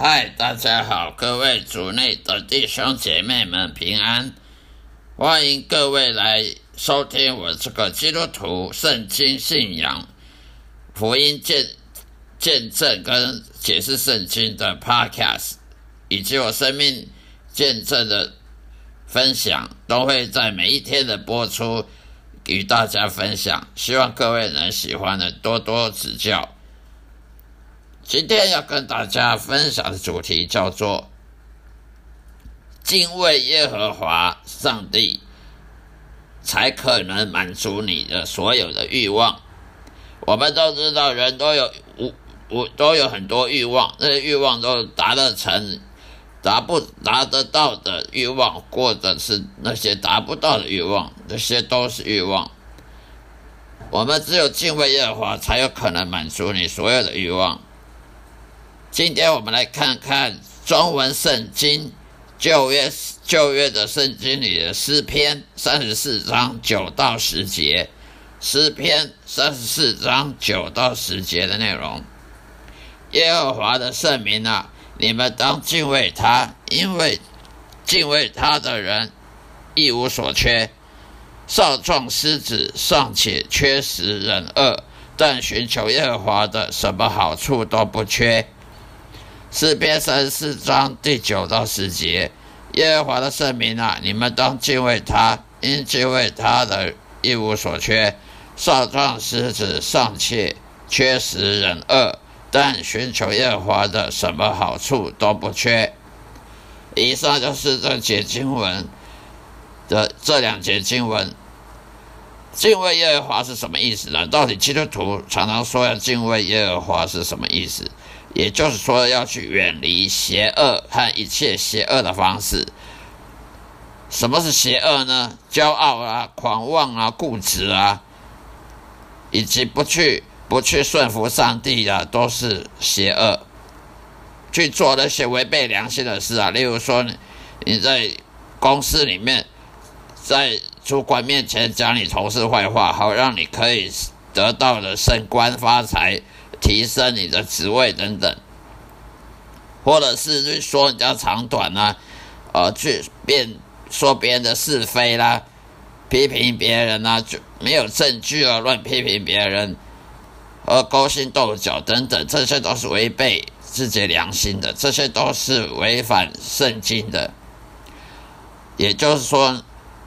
嗨，大家好，各位主内的弟兄姐妹们平安，欢迎各位来收听我这个基督徒圣经信仰福音见证跟解释圣经的 podcast， 以及我生命见证的分享，都会在每一天的播出与大家分享，希望各位能喜欢的多多指教。今天要跟大家分享的主题叫做敬畏耶和华上帝，才可能满足你的所有的欲望。我们都知道人都有很多欲望，这些欲望都达得到的欲望，或者是那些达不到的欲望，这些都是欲望。我们只有敬畏耶和华，才有可能满足你所有的欲望。今天我们来看看中文圣经旧约的圣经里的诗篇34章9到10节，诗篇34章9到10节的内容。耶和华的圣名啊，你们当敬畏他，因为敬畏他的人一无所缺。少壮狮子尚且缺食忍饿，但寻求耶和华的什么好处都不缺。诗篇34章第9到10节，耶和华的圣名啊，你们当敬畏他，因敬畏他的一无所缺。少壮狮子尚且缺食忍饿，但寻求耶和华的什么好处都不缺。以上就是这节经文的这两节经文。敬畏耶和华是什么意思呢？到底基督徒常常说要敬畏耶和华是什么意思？也就是说要去远离邪恶和一切邪恶的方式。什么是邪恶呢？骄傲啊、狂妄啊、固执啊，以及不去顺服上帝啊，都是邪恶。去做那些违背良心的事啊，例如说你在公司里面在主管面前讲你同事坏话，好让你可以得到的升官发财，提升你的职位等等，或者是去说人家长短啊，去说别人的是非啦，批评别人啊，就没有证据啊，乱批评别人，勾心斗角等等，这些都是违背自己良心的，这些都是违反圣经的。也就是说，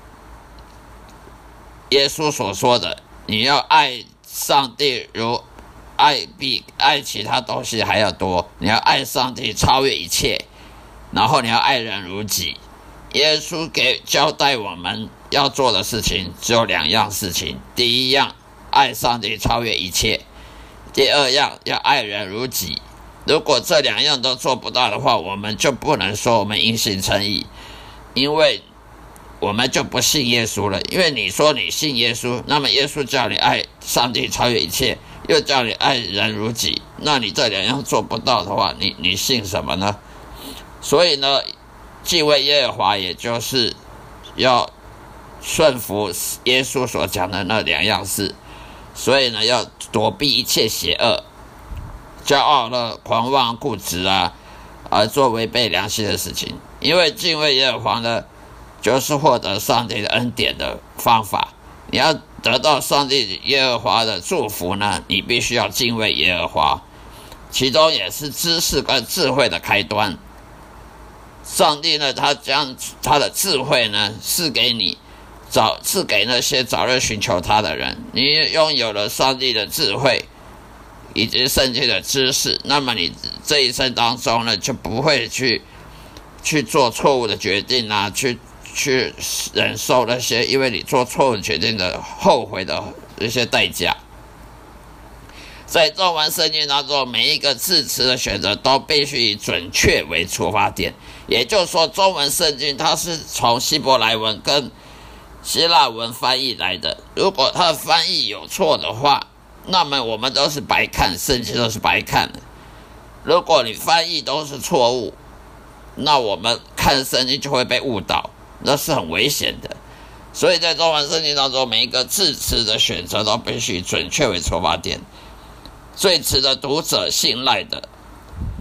耶稣所说的，你要爱上帝如比爱其他东西还要多，你要爱上帝超越一切，然后你要爱人如己。耶稣交代我们要做的事情只有两样事情，第一样爱上帝超越一切，第二样要爱人如己。如果这两样都做不到的话，我们就不能说我们因信称义，因为我们就不信耶稣了。因为你说你信耶稣，那么耶稣叫你爱上帝超越一切，又叫你爱人如己，那你这两样做不到的话，你信什么呢？所以呢，敬畏耶和华也就是要顺服耶稣所讲的那两样事。所以呢，要躲避一切邪恶，骄傲了、狂妄、固执啊，而做违背良心的事情。因为敬畏耶和华呢，就是获得上帝的恩典的方法。你要得到上帝耶和华的祝福呢，你必须要敬畏耶和华，其中也是知识跟智慧的开端。上帝呢，他将他的智慧呢赐给那些早日寻求他的人。你拥有了上帝的智慧以及圣经的知识，那么你这一生当中呢，就不会去做错误的决定啊，去忍受那些因为你做错误决定的后悔的一些代价。在中文圣经当中，每一个字词的选择都必须以准确为出发点。也就是说，中文圣经它是从希伯来文跟希腊文翻译来的。如果它的翻译有错的话，那么我们都是白看，圣经都是白看的。如果你翻译都是错误，那我们看圣经就会被误导，那是很危险的。所以在中文圣经当中，每一个字词的选择都必须以准确为出发点，最值得读者信赖的，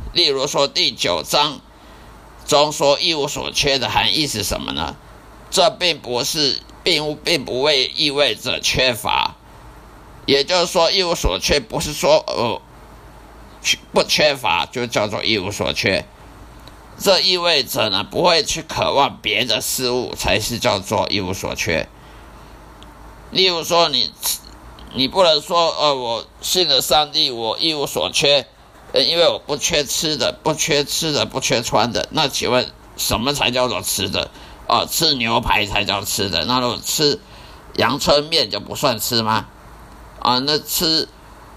例如说第9章中说一无所缺的含义是什么呢？这并不意味着缺乏，也就是说一无所缺不是说不缺乏就叫做一无所缺，这意味着呢不会去渴望别的事物才是叫做一无所缺。例如说你不能说我信了上帝我一无所缺，因为我不缺吃的不缺穿的，那请问什么才叫做吃的？吃牛排才叫吃的，那如果吃阳春面就不算吃吗？那吃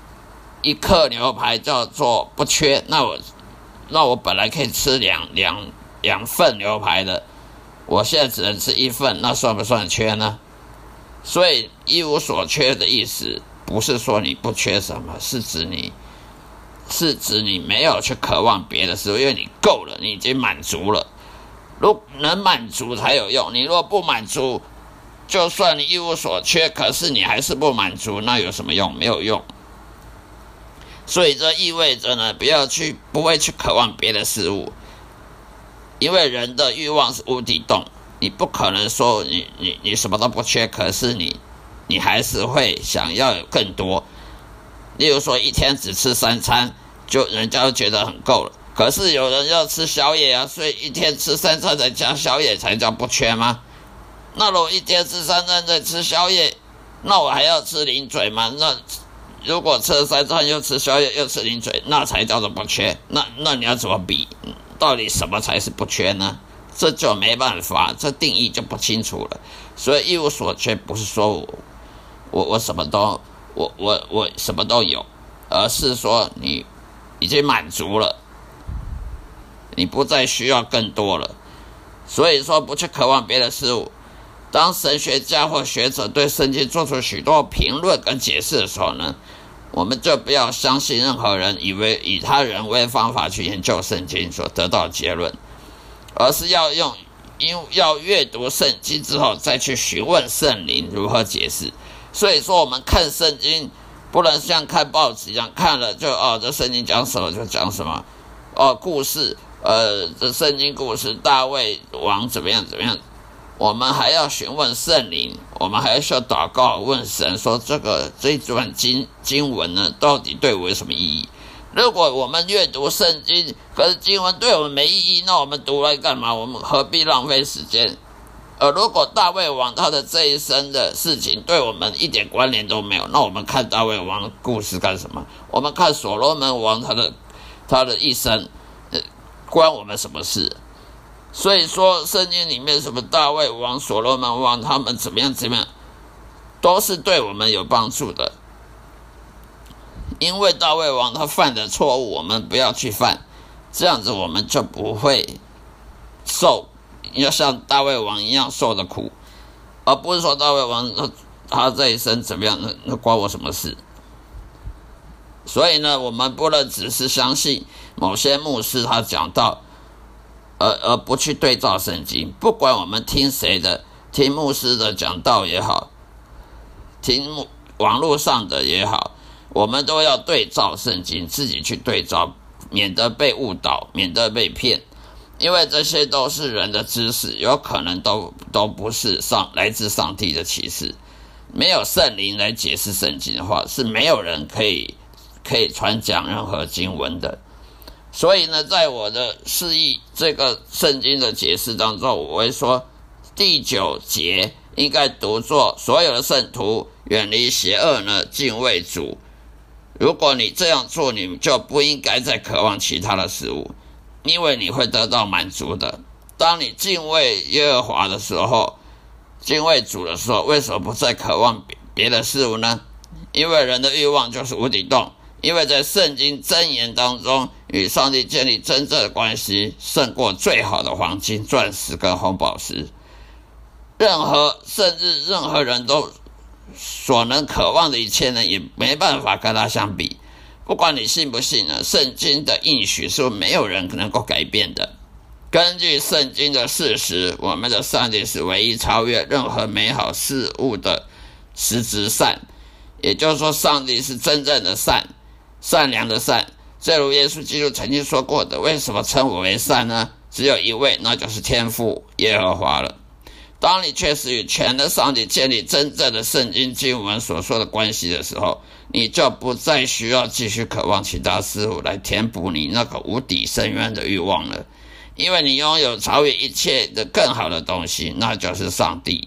1克牛排叫做不缺，那我本来可以吃两份牛排的，我现在只能吃1份，那算不算缺呢？所以一无所缺的意思不是说你不缺什么，是指你没有去渴望别的事物，因为你够了，你已经满足了。能满足才有用，你若不满足，就算你一无所缺，可是你还是不满足，那有什么用？没有用。所以这意味着呢，不会去渴望别的事物，因为人的欲望是无底洞，你不可能说你什么都不缺，可是你还是会想要有更多。例如说一天只吃3餐，人家就觉得很够了。可是有人要吃宵夜啊，所以一天吃3餐再加宵夜才叫不缺吗？那如果一天吃3餐再吃宵夜，那我还要吃零嘴吗？那如果吃了3餐又吃宵夜又吃零嘴，那才叫做不缺。那你要怎么比？到底什么才是不缺呢？这就没办法，这定义就不清楚了。所以一无所缺不是说我什么都我什么都有，而是说你已经满足了。你不再需要更多了，所以说不去渴望别的事物。当神学家或学者对圣经做出许多评论跟解释的时候呢，我们就不要相信任何人以他人为方法去研究圣经所得到的结论，而是要阅读圣经之后再去询问圣灵如何解释。所以说我们看圣经不能像看报纸一样，看了就这圣经讲什么就讲什么，故事这圣经故事大卫王怎么样，我们还要询问圣灵，我们还需要祷告问神说这一段经文呢到底对我有什么意义。如果我们阅读圣经可是经文对我们没意义，那我们读来干嘛？我们何必浪费时间？如果大卫王他的这一生的事情对我们一点关联都没有，那我们看大卫王的故事干什么？我们看所罗门王他的一生关我们什么事？所以说圣经里面什么大卫王所罗门王他们怎么样都是对我们有帮助的。因为大卫王他犯的错误我们不要去犯，这样子我们就不会要像大卫王一样受的苦，而不是说大卫王他这一生怎么样，那关我什么事？所以呢，我们不能只是相信某些牧师他讲到，而不去对照圣经。不管我们听谁的，听牧师的讲道也好，听网络上的也好，我们都要对照圣经，自己去对照，免得被误导，免得被骗。因为这些都是人的知识，有可能都不是来自上帝的启示。没有圣灵来解释圣经的话，是没有人可以传讲任何经文的。所以呢，在我的释义这个圣经的解释当中，我会说第9节应该读作所有的圣徒远离邪恶呢，敬畏主。如果你这样做，你就不应该再渴望其他的事物，因为你会得到满足的。当你敬畏耶和华的时候，敬畏主的时候，为什么不再渴望别的事物呢？因为人的欲望就是无底洞。因为在圣经箴言当中，与上帝建立真正的关系，胜过最好的黄金、钻石跟红宝石。甚至任何人都所能渴望的一切呢，也没办法跟他相比。不管你信不信呢，圣经的应许是没有人能够改变的。根据圣经的事实，我们的上帝是唯一超越任何美好事物的实质善，也就是说，上帝是真正的善，善良的善， 正如耶稣基督曾经说过的，为什么称我为善呢？只有一位，那就是天父耶和华了。当你确实与全能上帝建立真正的圣经经文所说的关系的时候，你就不再需要继续渴望其他事物来填补你那个无底深渊的欲望了，因为你拥有超越一切的更好的东西，那就是上帝。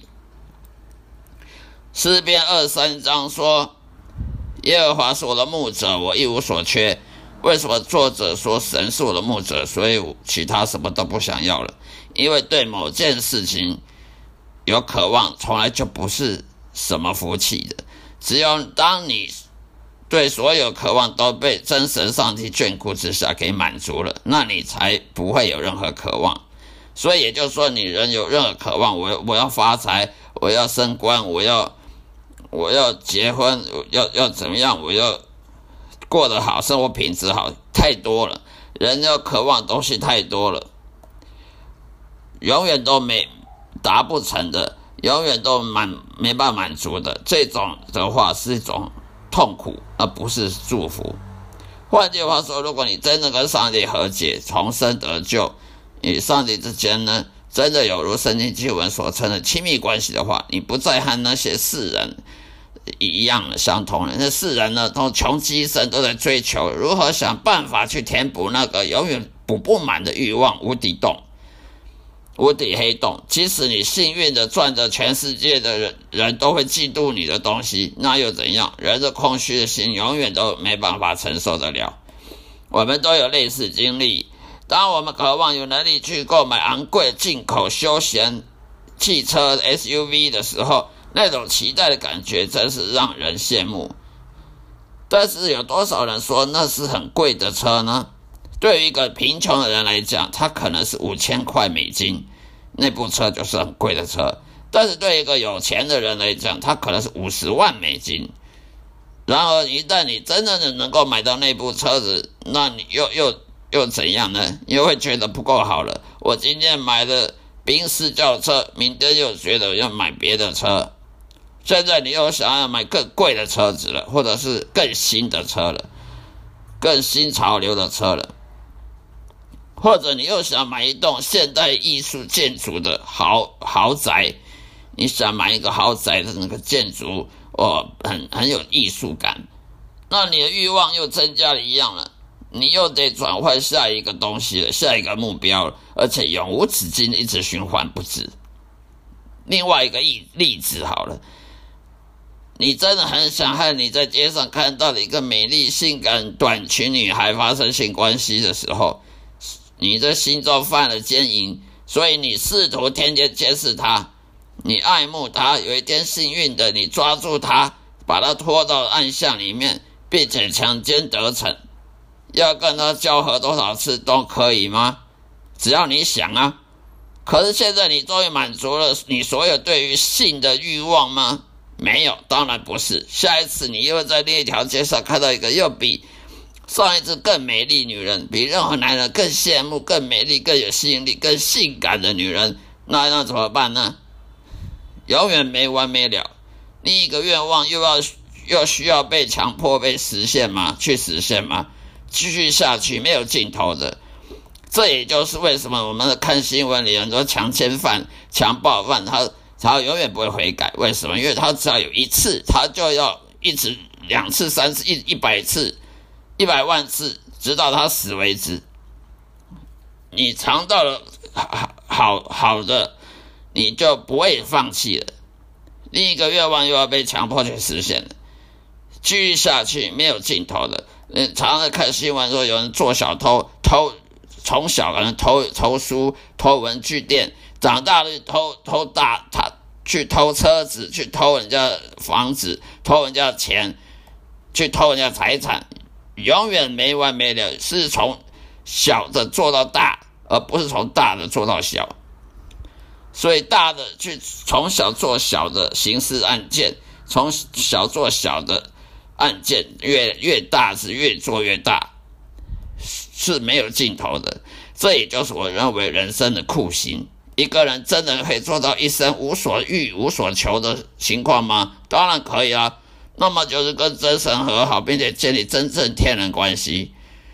诗篇23章说，耶和华是我的牧者，我一无所缺。为什么作者说神是我的牧者，所以其他什么都不想要了？因为对某件事情有渴望，从来就不是什么福气的。只有当你对所有渴望都被真神上帝眷顾之下给满足了，那你才不会有任何渴望。所以也就是说，你人有任何渴望，我要发财，我要升官，我要结婚，要怎么样，我要过得好，生活品质好，太多了。人要渴望东西太多了，永远都达不成的，永远都没办法满足的。这种的话是一种痛苦，而不是祝福。换句话说，如果你真的跟上帝和解，重生得救，与上帝之间呢，真的有如圣经经文所称的亲密关系的话，你不再和那些世人一样的相同了。那世人呢，都穷极一生都在追求如何想办法去填补那个永远补不满的欲望无底洞、无底黑洞。即使你幸运的赚着全世界的人都会嫉妒你的东西，那又怎样？人的空虚的心永远都没办法承受得了。我们都有类似经历，当我们渴望有能力去购买昂贵进口休闲汽车 SUV 的时候，那种期待的感觉真是让人羡慕。但是有多少人说那是很贵的车呢？对于一个贫穷的人来讲，他可能是5000块美金，那部车就是很贵的车。但是对一个有钱的人来讲，他可能是50万美金。然而一旦你真的能够买到那部车子，那你又怎样呢？又会觉得不够好了。我今天买了宾士轿车，明天又觉得要买别的车，现在你又想要买更贵的车子了，或者是更新的车了，更新潮流的车了，或者你又想买一栋现代艺术建筑的豪宅，你想买一个豪宅的那个建筑，很有艺术感，那你的欲望又增加了一样了。你又得转换下一个东西了，下一个目标了，而且永无止境一直循环不止。另外一个例子好了，你真的很想和你在街上看到的一个美丽性感短裙女孩发生性关系的时候，你的心中犯了奸淫，所以你试图天天监视她，你爱慕她，有一天幸运的你抓住她，把她拖到暗巷里面，并且强奸得逞。要跟他交合多少次都可以吗？只要你想啊。可是现在你终于满足了你所有对于性的欲望吗？没有，当然不是。下一次你又在另一条街上看到一个又比上一次更美丽女人，比任何男人更羡慕、更美丽、更有吸引力、更性感的女人，那怎么办呢？永远没完没了。另一个愿望又需要被强迫被实现吗？去实现吗？继续下去没有尽头的。这也就是为什么我们看新闻里很多强奸犯、强暴犯，他永远不会悔改。为什么？因为他只要有一次，他就要一直2次、3次、100次、100万次，直到他死为止。你尝到了好的，你就不会放弃了。另一个愿望又要被强迫去实现了，继续下去没有尽头的。常常看新闻说有人做小偷，从小可能偷书、偷文具店，长大了他去偷车子，去偷人家房子，偷人家钱，去偷人家财产，永远没完没了，是从小的做到大，而不是从大的做到小。所以大的去从小做小的刑事案件，从小做小的案件，越大是越做越大，是没有尽头的。这也就是我认为人生的酷刑。一个人真的可以做到一生无所欲无所求的情况吗？当然可以啊。那么就是跟真神和好，并且建立真正天人关系。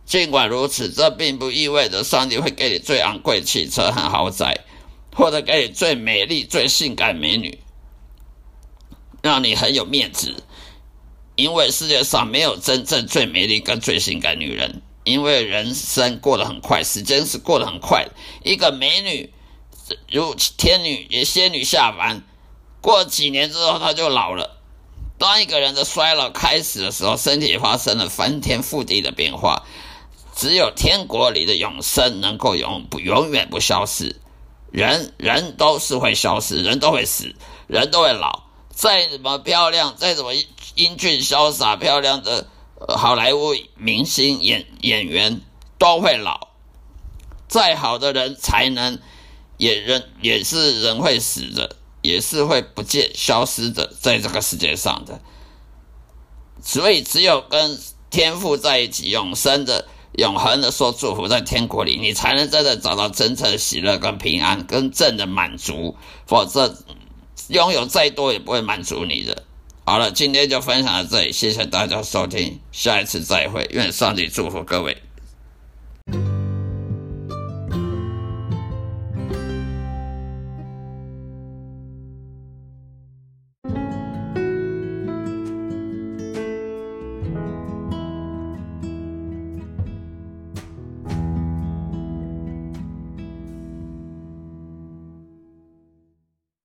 尽管如此，这并不意味着上帝会给你最昂贵的汽车和豪宅，或者给你最美丽、最性感美女，让你很有面子。因为世界上没有真正最美丽跟最性感女人，因为人生过得很快，时间是过得很快的。一个美女如天女也仙女下凡，过几年之后她就老了。当一个人的衰老开始的时候，身体发生了翻天覆地的变化。只有天国里的永生能够永远不消失。人都是会消失，人都会死，人都会老。再怎么漂亮，再怎么英俊潇洒漂亮的好莱坞明星演员都会老。再好的人才能也是人会死的，也是会不见消失的，在这个世界上的。所以只有跟天父在一起，永恒的受祝福在天国里，你才能真的找到真正的喜乐跟平安跟真的满足，否则拥有再多也不会满足你的。好了，今天就分享到这里，谢谢大家收听，下一次再会，愿上帝祝福各位。